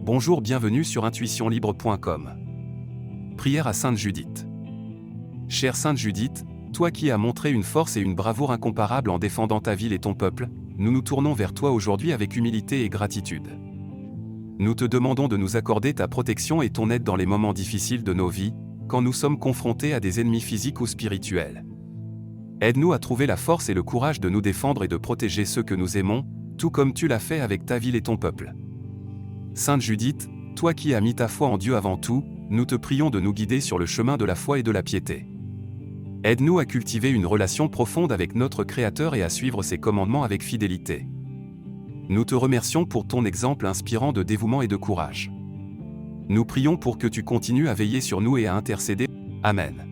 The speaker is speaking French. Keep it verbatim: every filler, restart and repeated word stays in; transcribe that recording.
Bonjour, bienvenue sur intuition libre point com. Prière à Sainte Judith. Chère Sainte Judith, toi qui as montré une force et une bravoure incomparables en défendant ta ville et ton peuple, nous nous tournons vers toi aujourd'hui avec humilité et gratitude. Nous te demandons de nous accorder ta protection et ton aide dans les moments difficiles de nos vies, quand nous sommes confrontés à des ennemis physiques ou spirituels. Aide-nous à trouver la force et le courage de nous défendre et de protéger ceux que nous aimons, tout comme tu l'as fait avec ta ville et ton peuple. Sainte Judith, toi qui as mis ta foi en Dieu avant tout, nous te prions de nous guider sur le chemin de la foi et de la piété. Aide-nous à cultiver une relation profonde avec notre Créateur et à suivre ses commandements avec fidélité. Nous te remercions pour ton exemple inspirant de dévouement et de courage. Nous prions pour que tu continues à veiller sur nous et à intercéder. Amen.